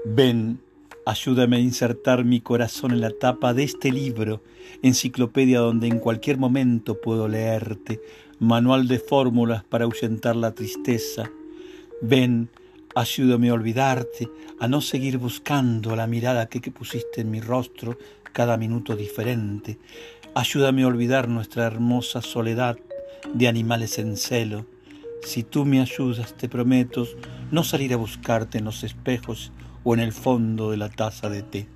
Ven, ayúdame a insertar mi corazón en la tapa de este libro, enciclopedia donde en cualquier momento puedo leerte, manual de fórmulas para ahuyentar la tristeza. Ven, ayúdame a olvidarte, a no seguir buscando la mirada que pusiste en mi rostro cada minuto diferente. Ayúdame a olvidar nuestra hermosa soledad de animales en celo. Si tú me ayudas, te prometo no salir a buscarte en los espejos o en el fondo de la taza de té.